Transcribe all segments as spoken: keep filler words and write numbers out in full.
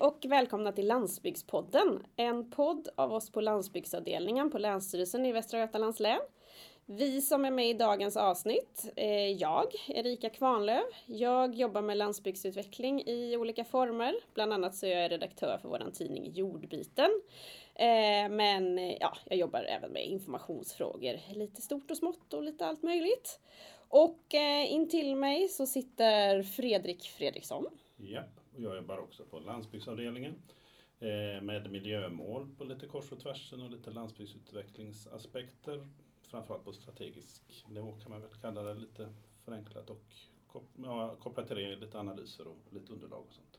och välkomna till Landsbygdspodden, en podd av oss på landsbygdsavdelningen på Länsstyrelsen i Västra Götalands län. Vi som är med i dagens avsnitt är jag, Erika Kvarnlöv. Jag jobbar med landsbygdsutveckling i olika former. Bland annat så är jag redaktör för vår tidning Jordbiten. Men ja, jag jobbar även med informationsfrågor, lite stort och smått och lite allt möjligt. Och in till mig så sitter Fredrik Fredriksson. Ja, och jag jobbar också på landsbygdsavdelningen med miljömål på lite kors och tvärsen och lite landsbygdsutvecklingsaspekter. Framförallt på strategisk nivå kan man väl kalla det, lite förenklat, och ja, kopplat till det lite analyser och lite underlag och sånt.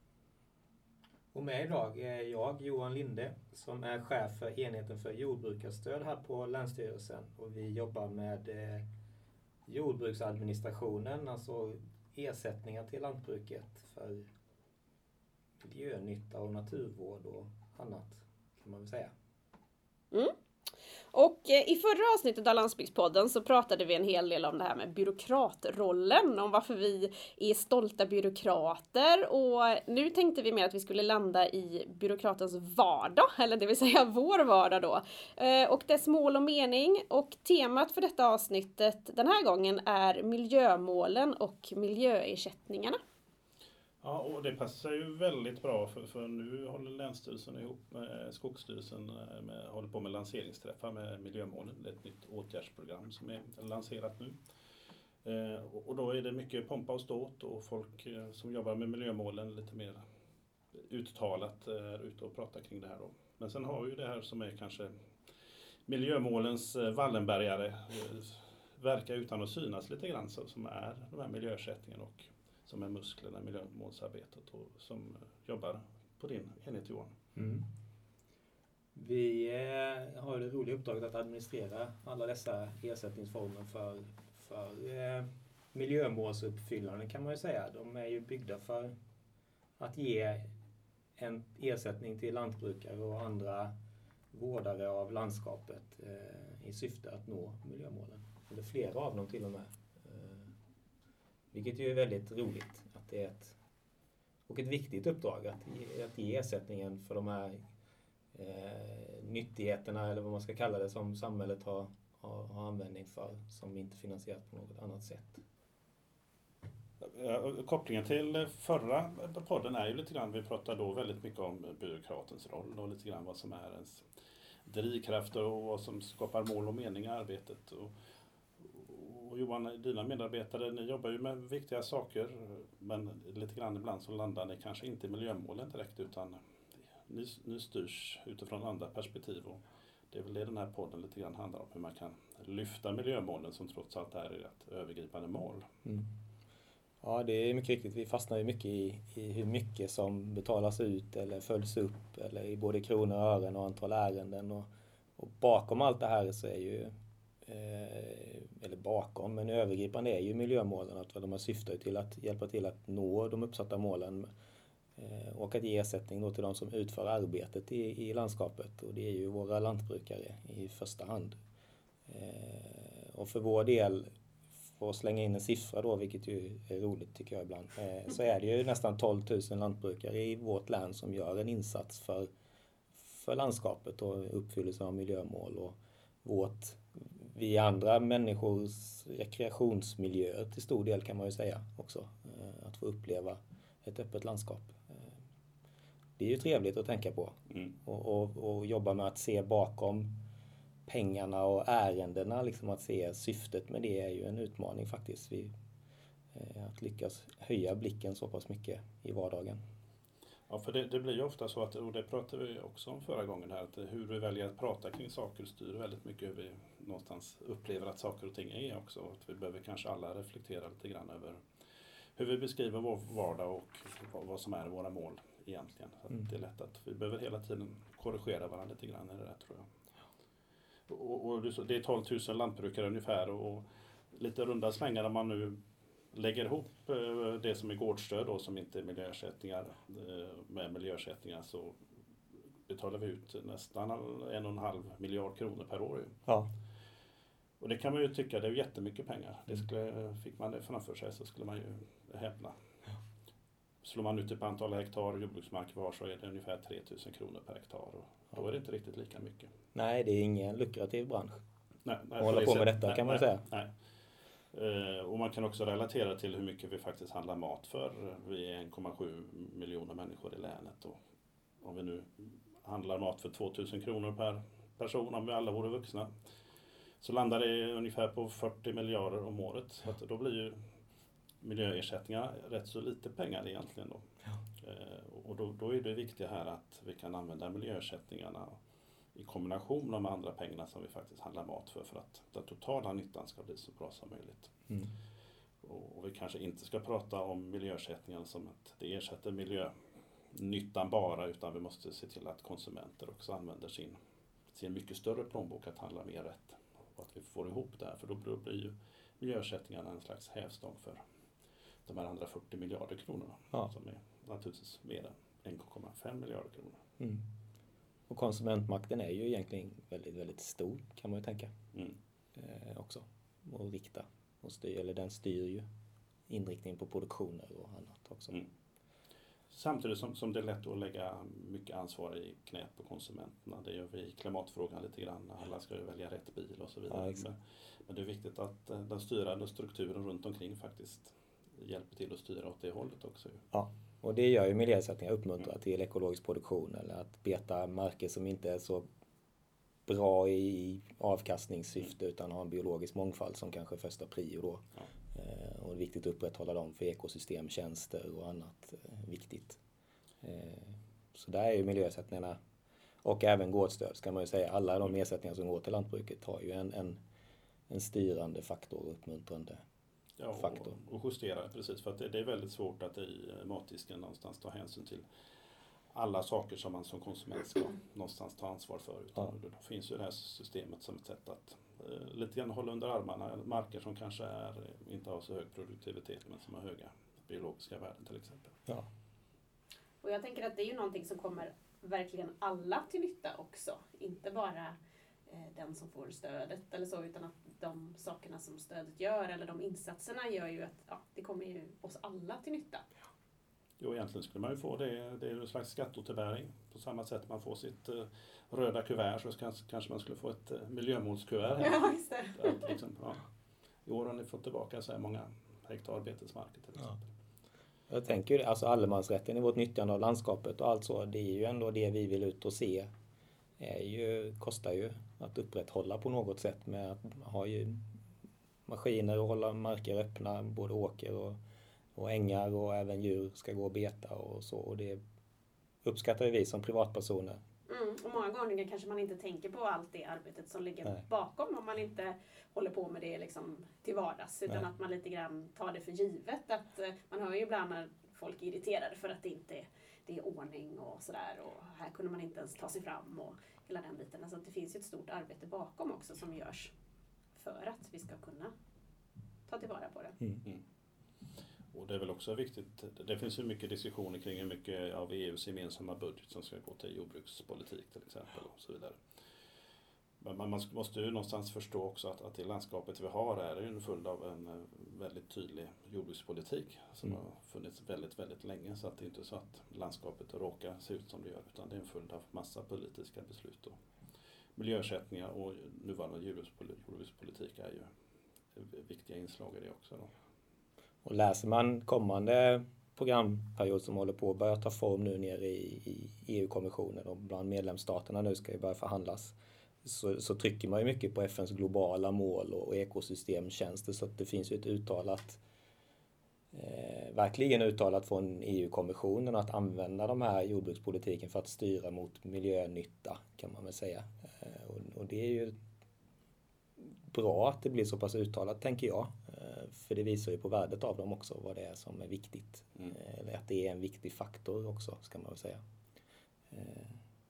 Och med idag är jag, Johan Linde, som är chef för enheten för jordbrukarstöd här på Länsstyrelsen. Och vi jobbar med eh, jordbruksadministrationen, alltså ersättningar till lantbruket för miljönytta och naturvård och annat, kan man väl säga. Mm. Och i förra avsnittet av Landsbygdspodden så pratade vi en hel del om det här med byråkratrollen, om varför vi är stolta byråkrater, och nu tänkte vi mer att vi skulle landa i byråkratens vardag, eller det vill säga vår vardag då, och dess mål och mening. Och temat för detta avsnittet den här gången är miljömålen och miljöersättningarna. Ja, och det passar ju väldigt bra för, för nu håller Länsstyrelsen ihop med Skogsstyrelsen med, håller på med lanseringsträffar med miljömålen. Det är ett nytt åtgärdsprogram som är lanserat nu. Eh, och då är det mycket pompa och ståt, och folk eh, som jobbar med miljömålen lite mer uttalat är ute och pratar kring det här då. Men sen har vi ju det här som är kanske miljömålens eh, Wallenbergare, eh, verkar utan att synas lite grann, så, som är de här miljöersättningen och som är musklerna i miljömålsarbetet och som jobbar på din enhet, Johan. Mm. Vi eh, har det roliga uppdraget att administrera alla dessa ersättningsformer för, för eh, miljömålsuppfyllande, kan man ju säga. De är ju byggda för att ge en ersättning till lantbrukare och andra vårdare av landskapet eh, i syfte att nå miljömålen. Eller flera av dem till och med. Vilket ju är väldigt roligt, att det är ett, och ett viktigt uppdrag att ge, att ge ersättningen för de här eh, nyttigheterna, eller vad man ska kalla det, som samhället har, har, har användning för, som inte finansieras på något annat sätt. Kopplingen till förra podden är ju lite grann, vi pratar då väldigt mycket om byråkratens roll och lite grann vad som är ens drivkrafter och vad som skapar mål och mening i arbetet. Och Och Johan, dina medarbetare, ni jobbar ju med viktiga saker, men lite grann ibland så landar ni kanske inte i miljömålen direkt, utan ni, ni styrs utifrån andra perspektiv. Och det är väl det den här podden lite grann handlar om, hur man kan lyfta miljömålen som trots allt är ett övergripande mål. Mm. Ja, det är mycket riktigt. Vi fastnar ju mycket i, i hur mycket som betalas ut eller följs upp, eller i både kronor och ören och antal ärenden. Och, och bakom allt det här så är ju eller bakom, men övergripande är ju miljömålen, att de har syftar till att hjälpa till att nå de uppsatta målen och att ge ersättning då till de som utför arbetet i, i landskapet, och det är ju våra lantbrukare i första hand. Och för vår del, för att slänga in en siffra då, vilket ju är roligt tycker jag ibland, så är det ju nästan tolv tusen lantbrukare i vårt län som gör en insats för, för landskapet och uppfyllelse av miljömål, och vårt vi andra människors rekreationsmiljöer till stor del, kan man ju säga också. Att få uppleva ett öppet landskap. Det är ju trevligt att tänka på. Mm. Och, och, och jobba med att se bakom pengarna och ärendena. Liksom att se syftet med det är ju en utmaning faktiskt. Vi, att lyckas höja blicken så pass mycket i vardagen. Ja, för det, det blir ju ofta så att, och det pratade vi också om förra gången här, att hur vi väljer att prata kring saker styr väldigt mycket hur vi någonstans upplever att saker och ting är också. Att vi behöver kanske alla reflektera lite grann över hur vi beskriver vår vardag och vad, vad som är våra mål egentligen. Så mm. Det är lätt att vi behöver hela tiden korrigera varandra lite grann i det där, tror jag. Och, och det är tolv tusen lantbrukare ungefär, och, och lite runda slängar om man nu lägger ihop det som är gårdsstöd då, som inte är miljöersättningar, med miljöersättningar, så betalar vi ut nästan en och en halv miljard kronor per år. Ja. Och det kan man ju tycka, det är jättemycket pengar. Det skulle, fick man det framför sig så skulle man ju häpna. slår man ut det på antal hektar jordbruksmark var så är det ungefär tre tusen kronor per hektar. Och då är det inte riktigt lika mycket. Nej, det är ingen lukrativ bransch. Nej, nej, att hålla på med detta nej, kan man nej, säga. Nej. Uh, och man kan också relatera till hur mycket vi faktiskt handlar mat för. Vi är en komma sju miljoner människor i länet. Och om vi nu handlar mat för två tusen kronor per person, om vi alla vore vuxna, så landar det ungefär på fyrtio miljarder om året. Så att då blir ju miljöersättningar rätt så lite pengar egentligen då. Ja. Uh, och då, då är det viktiga här att vi kan använda miljöersättningarna i kombination med andra pengarna som vi faktiskt handlar mat för, för att den totala nyttan ska bli så bra som möjligt. Mm. Och, och vi kanske inte ska prata om miljöersättningar som att det ersätter miljönyttan bara, utan vi måste se till att konsumenter också använder sin, sin mycket större plånbok att handla mer rätt. Och att vi får ihop det här, för då blir ju miljöersättningarna en slags hävstång för de här andra fyrtio miljarder kronorna. Ja. Som är naturligtvis mer än en komma fem miljarder kronor. Mm. Och konsumentmakten är ju egentligen väldigt, väldigt stor kan man ju tänka. Mm. Eh, också. Och rikta. Och styr, eller den styr ju inriktningen på produktioner och annat också. Mm. Samtidigt som, som det är lätt att lägga mycket ansvar i knät på konsumenterna. Det gör vi i klimatfrågan lite grann. Alla ska ju välja rätt bil och så vidare. Ja, men, men det är viktigt att den styrande strukturen runt omkring faktiskt hjälper till att styra åt det hållet också. Ja. Och det gör ju miljöersättningar, uppmuntrar mm. till ekologisk produktion eller att beta marker som inte är så bra i avkastningssyfte mm. utan har en biologisk mångfald som kanske är första prio då. Ja. Eh, och det är viktigt att upprätthålla dem för ekosystemtjänster och annat eh, viktigt. Eh, så där är ju miljöersättningarna och även gårdsstöd ska man ju säga. Alla de ersättningar som går till lantbruket har ju en, en, en styrande faktor och uppmuntrande. Ja, och, och justera precis, för att det, det är väldigt svårt att i matdisken någonstans ta hänsyn till alla saker som man som konsument ska någonstans ta ansvar för. Utan ja. Då finns ju det här systemet som ett sätt att eh, lite grann hålla under armarna marker som kanske är, inte har så hög produktivitet men som har höga biologiska värden till exempel. Ja. Och jag tänker att det är ju någonting som kommer verkligen alla till nytta också. Inte bara den som får stödet eller så, utan att de sakerna som stödet gör eller de insatserna gör ju att ja, det kommer ju oss alla till nytta. Ja. Jo, egentligen skulle man ju få det, det är en slags skatteåterbäring. På samma sätt man får sitt uh, röda kuvert så kanske, kanske man skulle få ett uh, miljömålskuvert. Ja, just det. Att, liksom, ja. I år har ni fått tillbaka så här många hektar betesmarker till exempel. Ja. Jag tänker ju alltså allemansrätten i vårt nyttjande av landskapet och allt så, det är ju ändå det vi vill ut och se. Är ju, kostar ju att upprätthålla på något sätt med att ha ju maskiner och hålla marker öppna, både åker och, och ängar och även djur ska gå och beta och så. Och det uppskattar ju vi som privatpersoner. Mm, och många gånger kanske man inte tänker på allt det arbetet som ligger Nej. bakom om man inte håller på med det liksom till vardags. Utan Nej. att man lite grann tar det för givet. Att man hör ju ibland när folk är irriterade för att det inte är det är ordning och sådär och här kunde man inte ens ta sig fram och hela den biten. Alltså att det finns ju ett stort arbete bakom också som görs för att vi ska kunna ta tillvara på det. Mm. Mm. Och det är väl också viktigt, det finns ju mycket diskussioner kring hur mycket av E U:s gemensamma budget som ska gå till jordbrukspolitik till exempel och så vidare. Men man måste ju någonstans förstå också att, att det landskapet vi har är ju en följd av en väldigt tydlig jordbrukspolitik som mm. har funnits väldigt, väldigt länge. Så att det är inte så att landskapet råkar se ut som det gör, utan det är en följd av massa politiska beslut och miljöersättningar och nuvarande jordbrukspolitik är ju viktiga inslag i det också då. Och läser man kommande programperiod som håller på att börja ta form nu nere i, i E U-kommissionen och bland medlemsstaterna nu ska ju börja förhandlas. Så, så trycker man ju mycket på F N:s globala mål och, och ekosystemtjänster så att det finns ju ett uttalat, eh, verkligen uttalat från E U-kommissionen att använda de här jordbrukspolitiken för att styra mot miljönytta kan man väl säga. Eh, och, och det är ju bra att det blir så pass uttalat tänker jag. Eh, för det visar ju på värdet av dem också, vad det är som är viktigt. Mm. Eh, eller att det är en viktig faktor också ska man väl säga. Eh,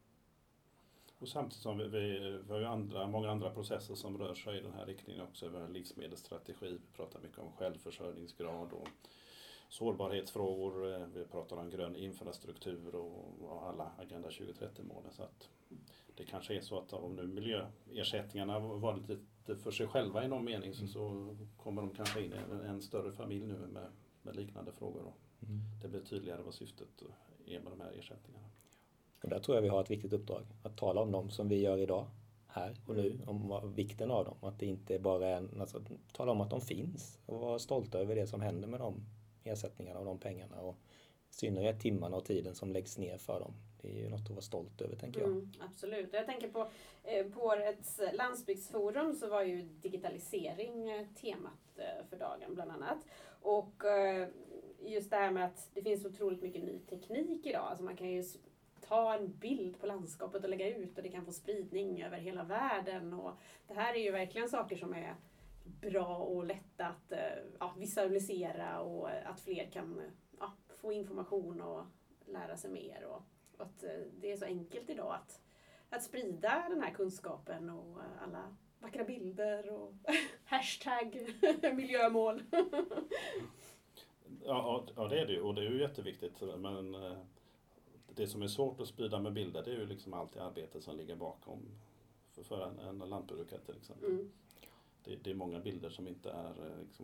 Och samtidigt som vi, vi, vi har ju andra, många andra processer som rör sig i den här riktningen också. Vi har livsmedelsstrategi, vi pratar mycket om självförsörjningsgrad och sårbarhetsfrågor. Vi pratar om grön infrastruktur och, och alla Agenda tjugo trettio-målen. Så att det kanske är så att om nu miljöersättningarna var lite för sig själva i någon mening så, så kommer de kanske in i en, en större familj nu med, med liknande frågor. Då. mm. det blir tydligare vad syftet är med de här ersättningarna. Och där tror jag vi har ett viktigt uppdrag, att tala om dem som vi gör idag, här och nu, om vikten av dem. Att det inte bara är en, alltså, tala om att de finns och vara stolta över det som händer med de ersättningarna och de pengarna och i synnerhet timmarna och tiden som läggs ner för dem. Det är ju något att vara stolt över, tänker jag. Mm, absolut. Jag tänker på, eh, på årets landsbygdsforum så var ju digitalisering eh, temat eh, för dagen bland annat. Och eh, just det här med att det finns otroligt mycket ny teknik idag. Alltså man kan ju ta en bild på landskapet och lägga ut och det kan få spridning över hela världen. Och det här är ju verkligen saker som är bra och lätta att eh, ja, visualisera och att fler kan ja, få information och lära sig mer. Och, och att eh, det är så enkelt idag att, att sprida den här kunskapen och alla vackra bilder och hashtag miljömål. Ja, ja, det är det ju och det är ju jätteviktigt. Men det som är svårt att sprida med bilder, det är ju liksom allt det arbete som ligger bakom för, för en, en lantbrukare till exempel. Mm. Det, det är många bilder som inte är liksom...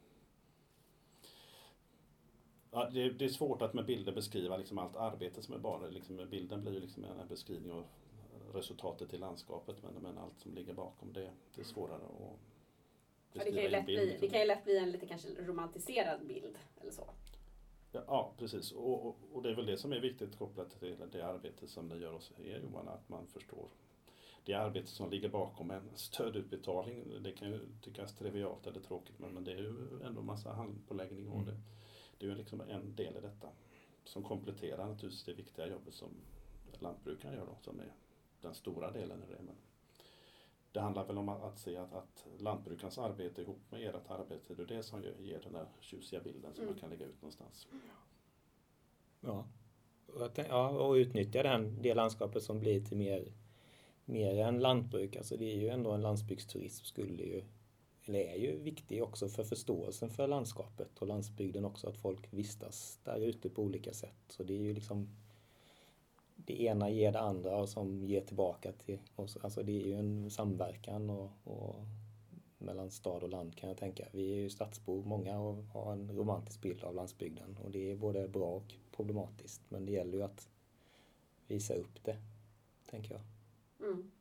Ja, det, det är svårt att med bilder beskriva liksom allt arbete som är bara. Liksom, bilden blir ju liksom en beskrivning av resultatet i landskapet, men, men allt som ligger bakom det, det är svårare att... Ja, det, kan ju lätt bild, bli, det kan ju lätt bli en lite kanske romantiserad bild eller så. Ja, ja precis. Och, och, och det är väl det som är viktigt kopplat till det arbete som ni gör hos er, Johan, att man förstår det arbete som ligger bakom en stödutbetalning. Det kan ju tyckas trivialt eller tråkigt, men, men det är ju ändå massa handpåläggning och det, det är ju liksom en del i detta som kompletterar naturligtvis det viktiga jobbet som lantbrukaren gör då, som är den stora delen i det. Men det handlar väl om att, att se att, att lantbrukarens arbete ihop med ert arbete, det är det som ger den där tjusiga bilden som mm. man kan lägga ut någonstans. Ja, och, ja, och utnyttja den, det landskapet som blir till mer, mer än lantbruk. Alltså det är ju ändå en landsbygdsturism skulle ju, eller är ju viktig också för förståelsen för landskapet och landsbygden också, att folk vistas där ute på olika sätt. Så det är ju liksom det ena ger det andra och som ger tillbaka till oss. Alltså det är ju en samverkan och, och mellan stad och land kan jag tänka. Vi är ju stadsbor, många, och har en romantisk bild av landsbygden. Och det är både bra och problematiskt. Men det gäller ju att visa upp det, tänker jag. Mm.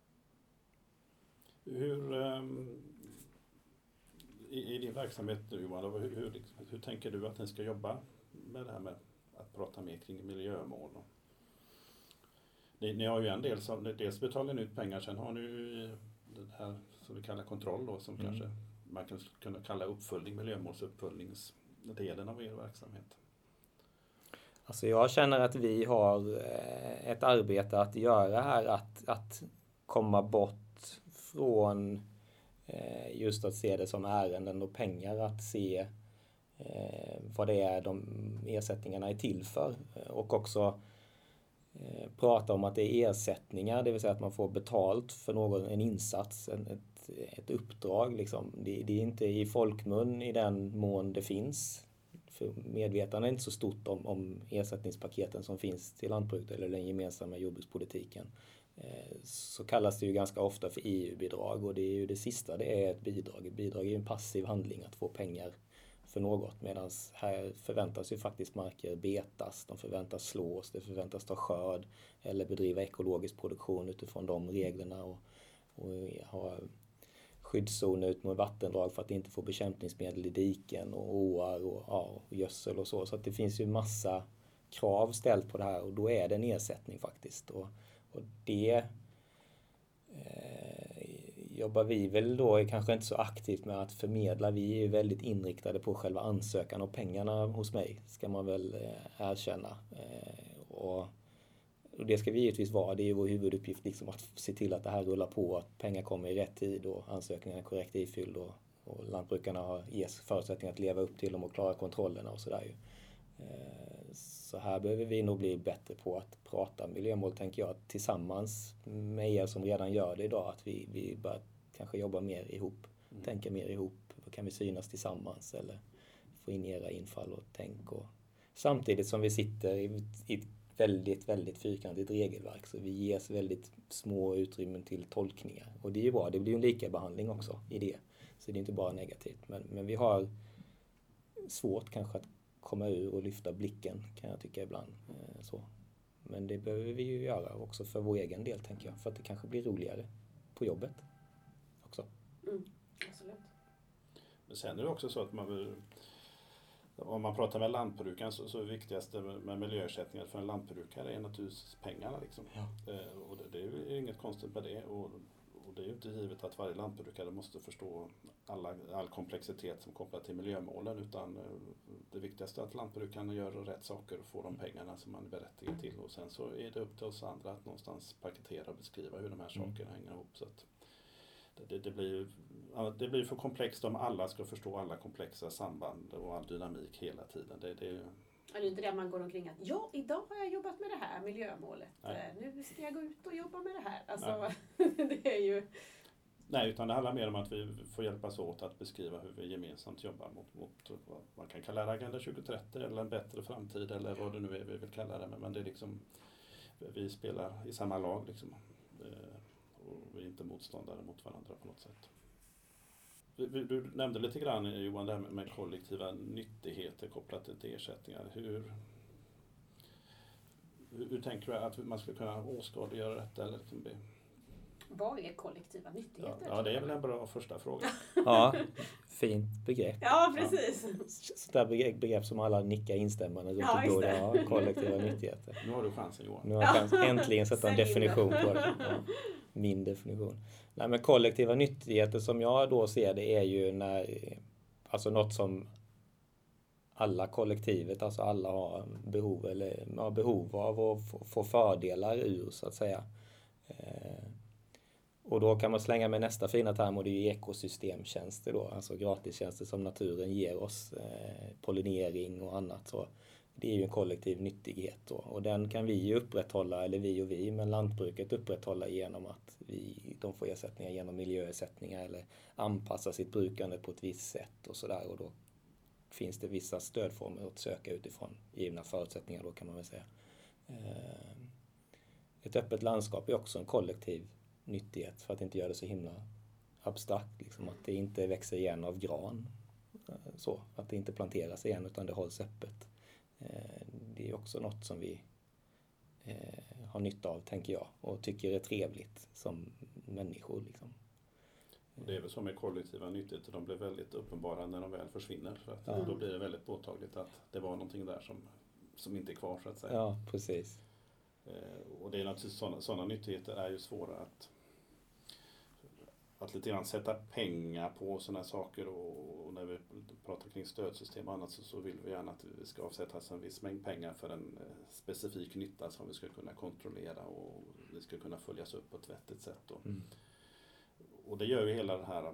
Hur, um, i, i din verksamhet nu, Johan, hur, hur, hur tänker du att ni ska jobba med det här med att prata mer kring miljömål? Ni, ni har ju en del som, dels betalar ni ut pengar, sen har ni ju det här som vi kallar kontroll då, som mm. kanske man kan kunna kalla uppföljning, miljömålsuppföljningsdelen av er verksamhet. Alltså jag känner att vi har ett arbete att göra här, att, att komma bort från just att se det som ärenden och pengar, att se vad det är de ersättningarna är till för, och också prata om att det är ersättningar, det vill säga att man får betalt för någon, en insats, en, ett, ett uppdrag. Liksom. Det, det är inte i folkmun i den mån det finns. För medvetandet är inte så stort om, om ersättningspaketen som finns till lantbruket eller den gemensamma jordbrukspolitiken. Eh, så kallas det ju ganska ofta för E U-bidrag, och det är ju det sista, det är ett bidrag. Ett bidrag är ju en passiv handling, att få pengar för något, medan här förväntas ju faktiskt marker betas, de förväntas slås, det förväntas ta skörd eller bedriva ekologisk produktion utifrån de reglerna, och, och ha skyddszoner ut mot vattendrag för att inte få bekämpningsmedel i diken och åar och, ja, och gödsel och så. Så att det finns ju massa krav ställt på det här, och då är det en ersättning faktiskt. Och, och det eh, jobbar vi väl då kanske inte så aktivt med att förmedla. Vi är ju väldigt inriktade på själva ansökan och pengarna hos mig, ska man väl eh, erkänna. Eh, och, och det ska vi givetvis vara. Det är ju vår huvuduppgift liksom, att se till att det här rullar på, att pengar kommer i rätt tid och ansökningen är korrekt ifylld, och, och lantbrukarna har ges förutsättningar att leva upp till dem och klara kontrollerna och sådär ju. Eh, så här behöver vi nog bli bättre på att prata miljömål, tänker jag, tillsammans med er som redan gör det idag, att vi, vi bör kanske jobba mer ihop, mm. tänka mer ihop. Kan vi synas tillsammans eller få in era infall och tänk, och samtidigt som vi sitter i, i väldigt, väldigt fyrkantigt regelverk, så vi ges väldigt små utrymmen till tolkningar, och det är ju bra, det blir ju en lika behandling också i det, så det är inte bara negativt, men, men vi har svårt kanske att komma ur och lyfta blicken, kan jag tycka ibland. Eh, så. Men det behöver vi ju göra också för vår egen del, tänker jag. För att det kanske blir roligare på jobbet också. Mm, absolut. Men sen är det också så att man vill, om man pratar med lantbrukaren så, så är det viktigaste med, med miljöersättningar för en lantbrukare är naturligtvis pengarna. Liksom. Ja. Eh, och det, det är ju inget konstigt med det. Och, och det är ju inte givet att varje lantbrukare måste förstå alla, all komplexitet som kopplar till miljömålen. Utan eh, det viktigaste är att lantbrukaren gör rätt saker och får de pengarna som man är berättigad till. Och sen så är det upp till oss andra att någonstans paketera och beskriva hur de här Mm. sakerna hänger ihop. Så att det, det, blir, det blir för komplext om alla ska förstå alla komplexa samband och all dynamik hela tiden. Det, det, Det är inte det man går omkring att ja, idag har jag jobbat med det här miljömålet. Nej. Nu ska jag gå ut och jobba med det här. Alltså, det är ju... Nej, utan det handlar mer om att vi får hjälpas åt att beskriva hur vi gemensamt jobbar mot, mot vad man kan kalla det Agenda tjugo trettio eller en bättre framtid eller vad det nu är vi vill kalla det. Men det är liksom, vi spelar i samma lag liksom. Och vi är inte motståndare mot varandra på något sätt. Du nämnde lite grann, Johan, det här med kollektiva nyttigheter kopplat till ersättningar. Hur, hur, hur tänker du att man skulle kunna åskådliggöra detta? Eller liksom be... Vad är kollektiva nyttigheter? Ja, ja, det är väl en bra första fråga. Ja, fint begrepp. Ja, precis. Så där begrepp, begrepp som alla nickar instämmande runt Ja, i bordet. Ja, kollektiva nyttigheter. Nu har du chansen, Johan. Nu har jag chans äntligen sätta en Säg in definition på det. Ja, min definition. Nej, men kollektiva nyttigheter som jag då ser det är ju när, alltså något som alla kollektivet, alltså alla har behov eller har behov av och få, få fördelar ur så att säga. Eh, och då kan man slänga med nästa fina term och det är ju ekosystemtjänster då, alltså gratistjänster som naturen ger oss, eh, pollinering och annat så. Det är ju en kollektiv nyttighet då. Och den kan vi ju upprätthålla, eller vi och vi, men lantbruket upprätthålla genom att vi, de får ersättningar genom miljöersättningar eller anpassa sitt brukande på ett visst sätt och sådär. Och då finns det vissa stödformer att söka utifrån givna förutsättningar då kan man väl säga. Ett öppet landskap är också en kollektiv nyttighet för att inte göra det så himla abstrakt. Liksom att det inte växer igen av gran. Så, att det inte planteras igen utan det hålls öppet. Det är också något som vi har nytta av, tänker jag, och tycker är trevligt som människor. Liksom. Det är väl så med kollektiva nyttigheter, de blir väldigt uppenbara när de väl försvinner. För att Ja. Då blir det väldigt påtagligt att det var någonting där som, som inte är kvar så att säga. Ja, precis. Och det är naturligtvis sådana, sådana nyttigheter är ju svåra att att lite grann sätta pengar på sådana saker och, och när vi pratar kring stödsystem och annat så, så vill vi gärna att vi ska avsätta en viss mängd pengar för en eh, specifik nytta som vi ska kunna kontrollera och vi ska kunna följas upp på ett vettigt sätt. Då. Mm. Och det gör ju hela den här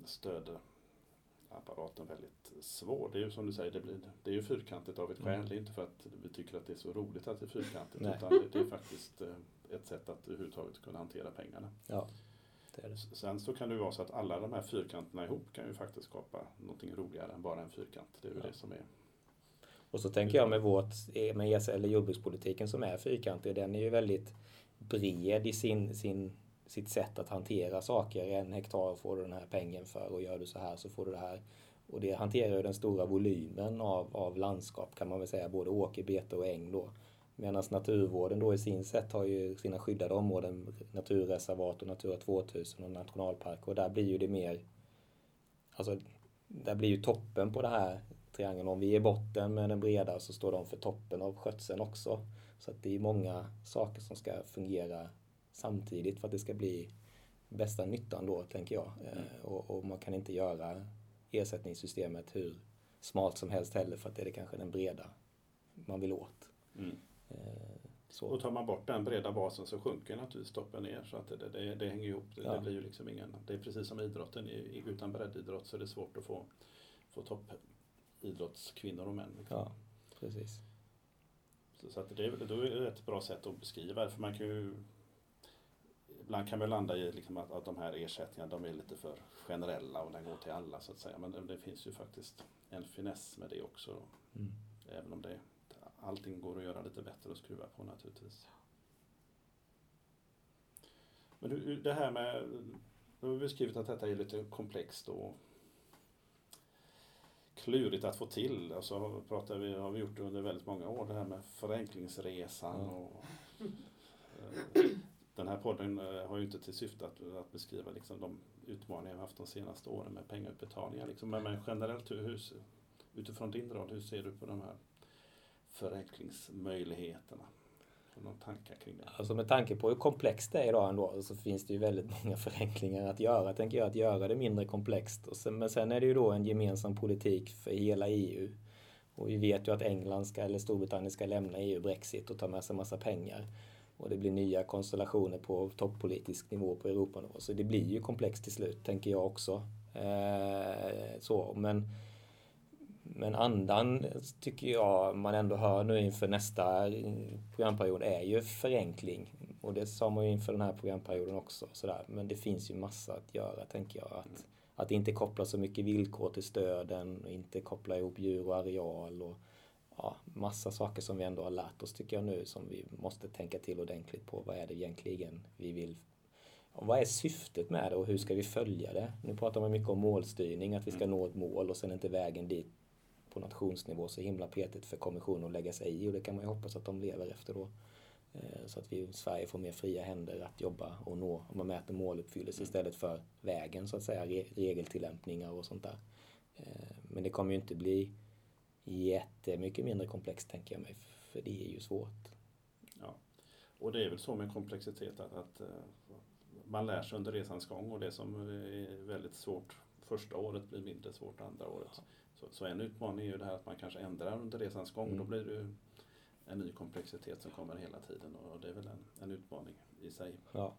stödapparaten väldigt svår. Det är ju som du säger, det, blir, det är ju fyrkantigt av ett skäl. Mm. Det är inte för att vi tycker att det är så roligt att det är fyrkantigt Nej. utan det, det är faktiskt eh, ett sätt att överhuvudtaget kunna hantera pengarna. Ja, det är det. Sen så kan det vara så att alla de här fyrkanterna ihop kan ju faktiskt skapa någonting roligare än bara en fyrkant. Det är ju Ja. det som är. Och så tänker jag med vårt, med E S L eller jordbrukspolitiken som är fyrkantig, den är ju väldigt bred i sin, sin, sitt sätt att hantera saker. En hektar får du den här pengen för och gör du så här så får du det här. Och det hanterar ju den stora volymen av, av landskap kan man väl säga, både åker, bete och äng då. Medan naturvården då i sin sätt har ju sina skyddade områden, naturreservat och Natura tvåtusen och nationalpark. Och där blir ju det mer, alltså där blir ju toppen på det här triangeln. Om vi är botten med den breda så står de för toppen av skötseln också. Så att det är många saker som ska fungera samtidigt för att det ska bli bästa nyttan då, tänker jag. Mm. Och, och man kan inte göra ersättningssystemet hur smalt som helst heller för att det är det kanske den breda man vill åt. Mm. Så. Och tar man bort den breda basen så sjunker naturligtvis toppen ner så att det, det, det hänger ihop. Det, Ja. det blir ju liksom ingen, det är precis som idrotten. Utan breddidrott så är det svårt att få, få toppidrottskvinnor och män. Liksom. Ja, precis. Så, så att det, då är det ett bra sätt att beskriva det. För man kan ju, ibland kan man landa i liksom att, att de här ersättningarna de är lite för generella och den går till alla så att säga. Men det, det finns ju faktiskt en finess med det också. Mm. Även om det allting går att göra lite bättre och skruva på naturligtvis. Men du, det här med, du har beskrivit att detta är lite komplext och klurigt att få till. Och så pratar vi, har vi gjort det under väldigt många år, det här med förenklingsresan. Mm. Och, eh, den här podden eh, har ju inte till syfte att, att beskriva liksom, de utmaningar vi haft de senaste åren med pengautbetalningar. Liksom. Men, men generellt, hur, utifrån din roll, hur ser du på de här förenklingsmöjligheterna? Någon tankar kring det? Alltså med tanke på hur komplext det är idag ändå, så finns det ju väldigt många förenklingar att göra, tänker jag, att göra det mindre komplext. Och sen, men sen är det ju då en gemensam politik för hela E U. Och vi vet ju att England ska, eller Storbritannien ska lämna E U, Brexit, och ta med sig massa pengar. Och det blir nya konstellationer på toppolitisk nivå på Europanivå. Så det blir ju komplext till slut, tänker jag också. Eh, så, men Men andan tycker jag man ändå hör nu inför nästa programperiod är ju förenkling. Och det sa man ju inför den här programperioden också. Sådär. Men det finns ju massa att göra, tänker jag. Att, att inte koppla så mycket villkor till stöden. Och inte koppla ihop djur och areal. Och ja, massa saker som vi ändå har lärt oss, tycker jag nu. Som vi måste tänka till ordentligt på. Vad är det egentligen vi vill? Och vad är syftet med det och hur ska vi följa det? Nu pratar man mycket om målstyrning. Att vi ska nå ett mål och sen inte vägen dit på nationsnivå så himla petigt för kommissionen att lägga sig i, och det kan man ju hoppas att de lever efter då. Så att vi i Sverige får mer fria händer att jobba och nå, om man mäter måluppfyllelse istället för vägen, så att säga, regeltillämpningar och sånt där. Men det kommer ju inte bli jättemycket mindre komplext, tänker jag mig, för det är ju svårt. Ja, och det är väl så med komplexitet att, att man lär sig under resans gång, och det som är väldigt svårt första året blir mindre svårt andra året. Ja. Så, så en utmaning är ju det här att man kanske ändrar under resans gång. Mm. Då blir det ju en ny komplexitet som kommer hela tiden, och det är väl en, en utmaning i sig. Ja.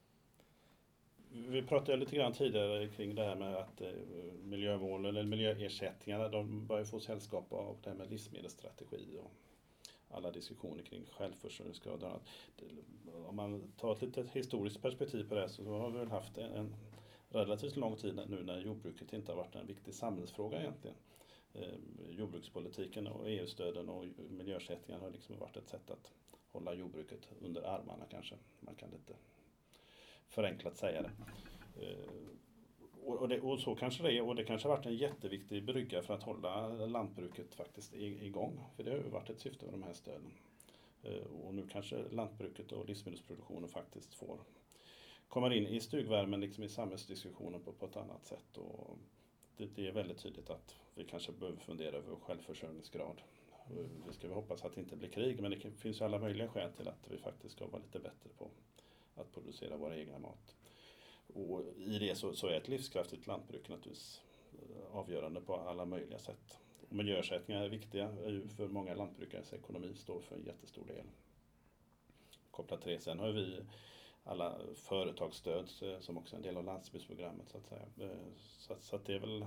Vi pratade lite grann tidigare kring det här med att eh, miljömålen eller miljöersättningarna, de börjar få sällskap av det här med livsmedelsstrategi och alla diskussioner kring självförsörjningsgrad. Om man tar ett litet historiskt perspektiv på det, så har vi väl haft en, en relativt lång tid nu när jordbruket inte har varit en viktig samhällsfråga egentligen. Eh, jordbrukspolitiken och E U-stöden och miljöersättningar har liksom varit ett sätt att hålla jordbruket under armarna, kanske. Man kan lite förenklat säga det. Eh, och, och det. Och så kanske det är, och det kanske har varit en jätteviktig brygga för att hålla lantbruket faktiskt igång. För det har ju varit ett syfte med de här stöden. Eh, och nu kanske lantbruket och livsmedelsproduktionen faktiskt får kommer in i stugvärmen, liksom i samhällsdiskussionen på, på ett annat sätt. Och det, det är väldigt tydligt att vi kanske behöver fundera över självförsörjningsgrad. Vi ska vi hoppas att det inte blir krig, men det finns ju alla möjliga skäl till att vi faktiskt ska vara lite bättre på att producera våra egna mat. Och i det så, så är ett livskraftigt lantbruk naturligtvis avgörande på alla möjliga sätt. Och miljöersättningar är viktiga för många lantbrukares ekonomi, står för en jättestor del. Kopplat till det, sen har vi alla företagsstöd som också är en del av landsbygdsprogrammet, så att säga. Så, så att det är väl,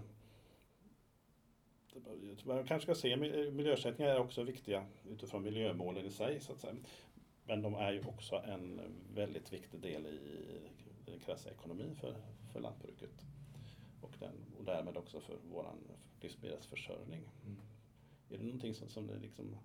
man kanske ska se, miljöersättningar är också viktiga utifrån miljömålen i sig, så att säga. Men de är ju också en väldigt viktig del i den krassa ekonomin för, för lantbruket. Och, den, och därmed också för vår livsmedelsförsörjning. Mm. Är det någonting som, som ni liksom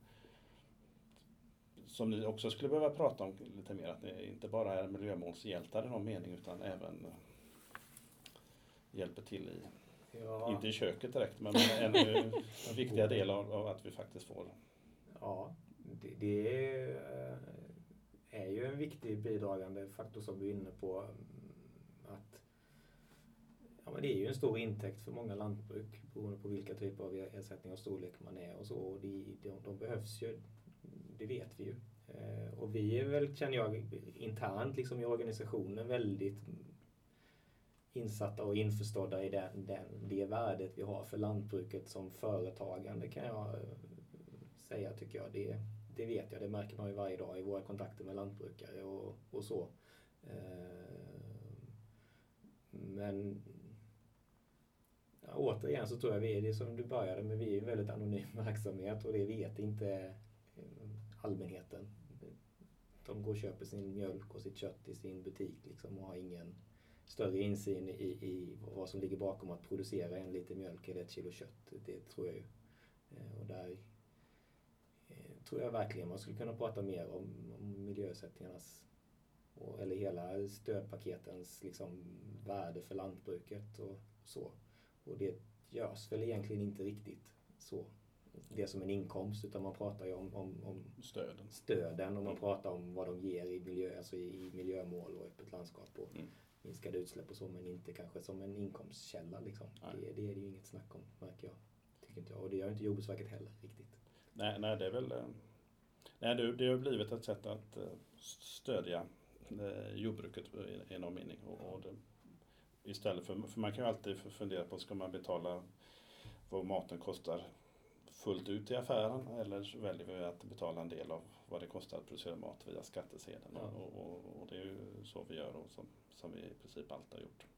som ni också skulle behöva prata om lite mer, att ni inte bara är miljömålshjältar i någon mening, utan även hjälper till i, ja. Inte i köket direkt, men en, en viktiga del av, av att vi faktiskt får. Ja, det, det är, är ju en viktig bidragande faktor som du är inne på, att ja, men det är ju en stor intäkt för många lantbruk beroende på vilka typer av ersättning och storlek man är och så, och de, de, de behövs ju. Det vet vi ju. Eh, och vi är väl, känner jag, internt liksom i organisationen väldigt insatta och införstådda i den, den, det värdet vi har för lantbruket som företagande, kan jag säga, tycker jag. Det, det vet jag, det märker man ju varje dag i våra kontakter med lantbrukare och, och så. Eh, men ja, återigen så tror jag vi är det som du började med, vi är en väldigt anonym verksamhet, och det vet inte allmänheten. De går och köper sin mjölk och sitt kött i sin butik liksom, och har ingen större insyn i, i vad som ligger bakom att producera en liter mjölk eller ett kilo kött. Det tror jag ju. Och där tror jag verkligen man skulle kunna prata mer om, om miljöersättningarnas och, eller hela stödpaketens liksom värde för lantbruket och så. Och det görs väl egentligen inte riktigt så. Det som en inkomst, utan man pratar ju om, om, om stöden. stöden och man pratar om vad de ger i miljö, alltså i miljömål och öppet landskap och mm. minskade utsläpp och så, men inte kanske som en inkomstkälla liksom. Det, det är det ju inget snack om, märker jag. Tycker inte jag. Och det gör inte Jordbruksverket heller riktigt. Nej, nej det är väl nej, det, det har blivit ett sätt att stödja jordbruket i någon mening. Och, och det, istället för, för man kan ju alltid fundera på, ska man betala vad maten kostar fullt ut i affären, eller väljer vi att betala en del av vad det kostar att producera mat via skattesedeln. Ja. Och, och, och det är ju så vi gör och som, som vi i princip alltid har gjort.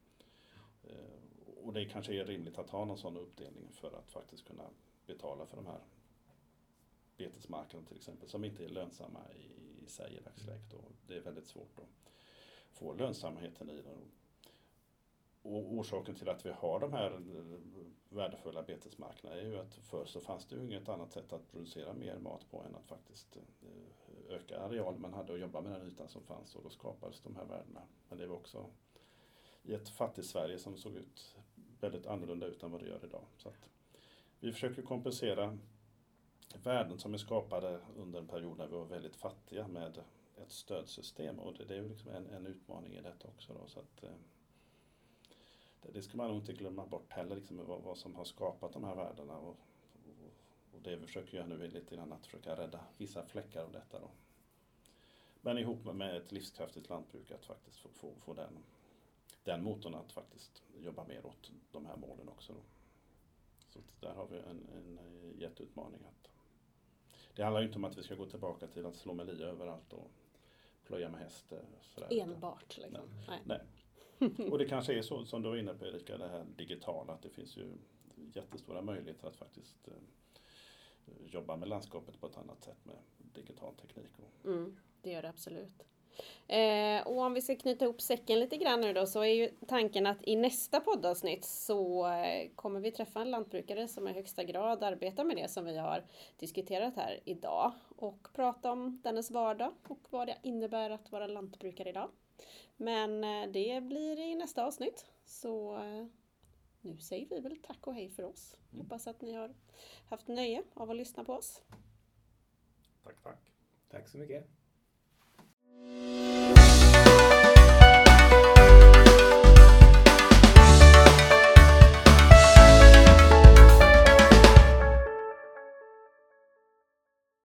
Eh, och det kanske är rimligt att ha någon sån uppdelning för att faktiskt kunna betala för de här betesmarkerna till exempel, som inte är lönsamma i, i sig i dagsläget. Och det är väldigt svårt att få lönsamheten i dem. Och orsaken till att vi har de här värdefulla betesmarkerna är ju att förr så fanns det ju inget annat sätt att producera mer mat på än att faktiskt öka areal man hade och jobba med den ytan som fanns, och då skapades de här värdena. Men det var också i ett fattigt Sverige som såg ut väldigt annorlunda ut än vad det gör idag. Så att vi försöker kompensera värden som är skapade under en period när vi var väldigt fattiga med ett stödsystem, och det, det är ju liksom en, en utmaning i detta också då, så att det ska man nog inte glömma bort heller, liksom, vad, vad som har skapat de här värdena. Och, och, och det vi försöker göra nu är lite grann att försöka rädda vissa fläckar av detta. Då. Men ihop med ett livskraftigt lantbruk att faktiskt få, få, få den, den motorn att faktiskt jobba mer åt de här målen också. Då. Så där har vi en, en jätteutmaning. Att, det handlar ju inte om att vi ska gå tillbaka till att slå med lia överallt och plöja med häst. Sådär. Enbart liksom. Nej. Nej. Nej. Och det kanske är så som du var inne på, Erika, det här digitala, att det finns ju jättestora möjligheter att faktiskt eh, jobba med landskapet på ett annat sätt med digital teknik. Mm, det gör det absolut. Eh, och om vi ska knyta ihop säcken lite grann nu då, så är ju tanken att i nästa poddavsnitt så eh, kommer vi träffa en lantbrukare som i högsta grad arbetar med det som vi har diskuterat här idag, och prata om dennes vardag och vad det innebär att vara lantbrukare idag. Men det blir i nästa avsnitt. Så nu säger vi väl tack och hej för oss. Mm. Hoppas att ni har haft nöje av att lyssna på oss. Tack, tack. Tack så mycket.